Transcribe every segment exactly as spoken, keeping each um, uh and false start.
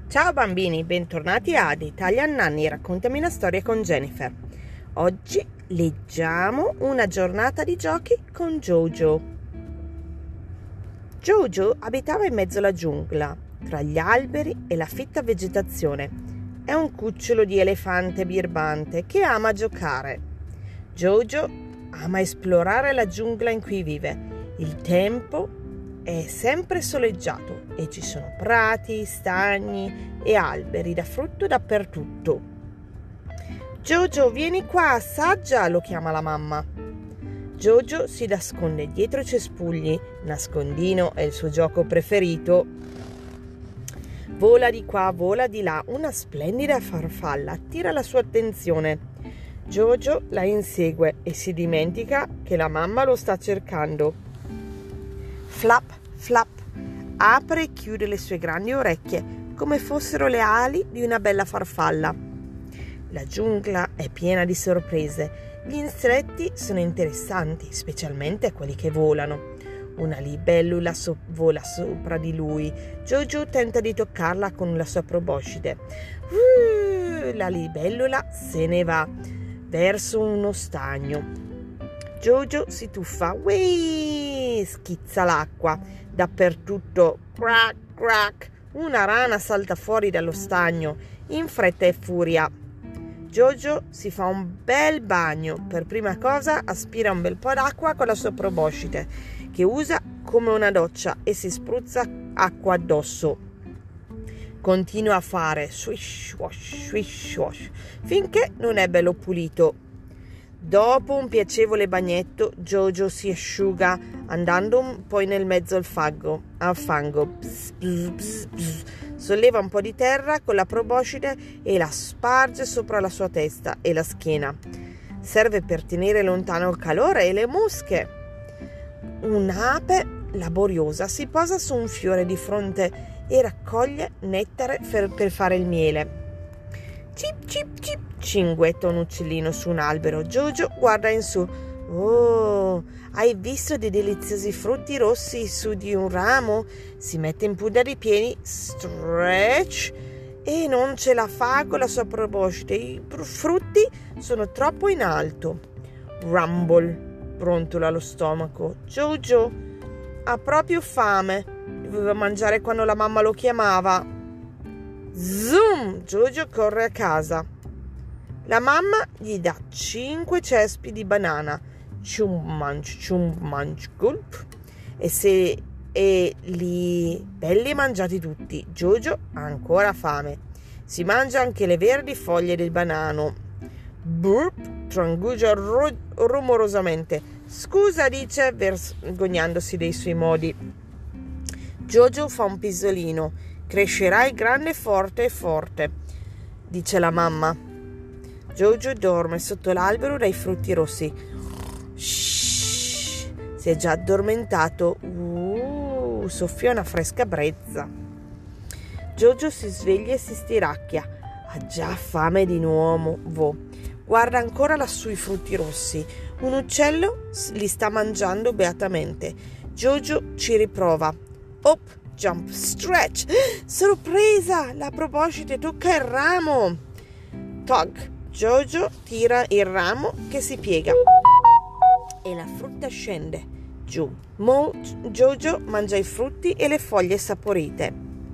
Ciao bambini, bentornati ad Italian Nanny, raccontami una storia con Jennifer. Oggi leggiamo una giornata di giochi con Jojo. Jojo abitava in mezzo alla giungla, tra gli alberi e la fitta vegetazione. È un cucciolo di elefante birbante che ama giocare. Jojo ama esplorare la giungla in cui vive. Il tempo è sempre soleggiato e ci sono prati, stagni e alberi da frutto dappertutto. Jojo, vieni qua, assaggia, lo chiama la mamma. Jojo si nasconde dietro i cespugli, nascondino è il suo gioco preferito. Vola di qua, vola di là, una splendida farfalla attira la sua attenzione. Jojo la insegue e si dimentica che la mamma lo sta cercando. Flap, flap, apre e chiude le sue grandi orecchie come fossero le ali di una bella farfalla. La giungla è piena di sorprese. Gli insetti sono interessanti, specialmente quelli che volano. Una libellula so- vola sopra di lui. Jojo tenta di toccarla con la sua proboscide. Uh, la libellula se ne va verso uno stagno. Jojo si tuffa, Whee! Schizza l'acqua dappertutto, crack crack, una rana salta fuori dallo stagno in fretta e furia. Jojo si fa un bel bagno, per prima cosa aspira un bel po' d'acqua con la sua proboscide che usa come una doccia e si spruzza acqua addosso. Continua a fare swish wash swish wash finché non è bello pulito. Dopo un piacevole bagnetto, Jojo si asciuga andando poi nel mezzo al fango. Al fango. Bzz, bzz, bzz, bzz. Solleva un po' di terra con la proboscide e la sparge sopra la sua testa e la schiena. Serve per tenere lontano il calore e le mosche. Un'ape laboriosa si posa su un fiore di fronte e raccoglie nettare per, per fare il miele. Cip cip cip, cinguetta un uccellino su un albero. Jojo guarda in su. Oh, hai visto dei deliziosi frutti rossi su di un ramo? Si mette in punta di piedi, stretch, e non ce la fa con la sua proboscide. I frutti sono troppo in alto. Rumble, brontola lo stomaco. Jojo ha proprio fame. Doveva mangiare quando la mamma lo chiamava. Zoom! Jojo corre a casa. La mamma gli dà cinque cespi di banana. Cium manch, cium manch, gulp. E se e li belli mangiati tutti. Jojo ha ancora fame. Si mangia anche le verdi foglie del banano. Burp, trangugia ru- rumorosamente. Scusa, dice, vergognandosi dei suoi modi. Jojo fa un pisolino. Crescerai grande, forte e forte, dice la mamma. Jojo dorme sotto l'albero dai frutti rossi. Shhh, si è già addormentato. Uh, soffia una fresca brezza. Jojo si sveglia e si stiracchia. Ha già fame di nuovo. Guarda ancora lassù i frutti rossi. Un uccello li sta mangiando beatamente. Jojo ci riprova. Op! Jump, stretch, sorpresa, la proboscide tocca il ramo. Tug, Jojo tira il ramo che si piega e la frutta scende giù. Mo, Jojo mangia i frutti e le foglie saporite.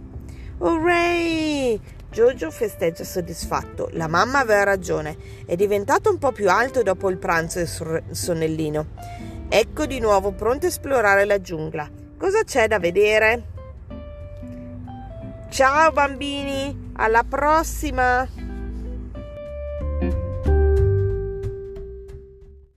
Hooray! Jojo festeggia soddisfatto. La mamma aveva ragione, è diventato un po' più alto dopo il pranzo del sonnellino. Ecco di nuovo pronto a esplorare la giungla. Cosa c'è da vedere? Ciao bambini, alla prossima!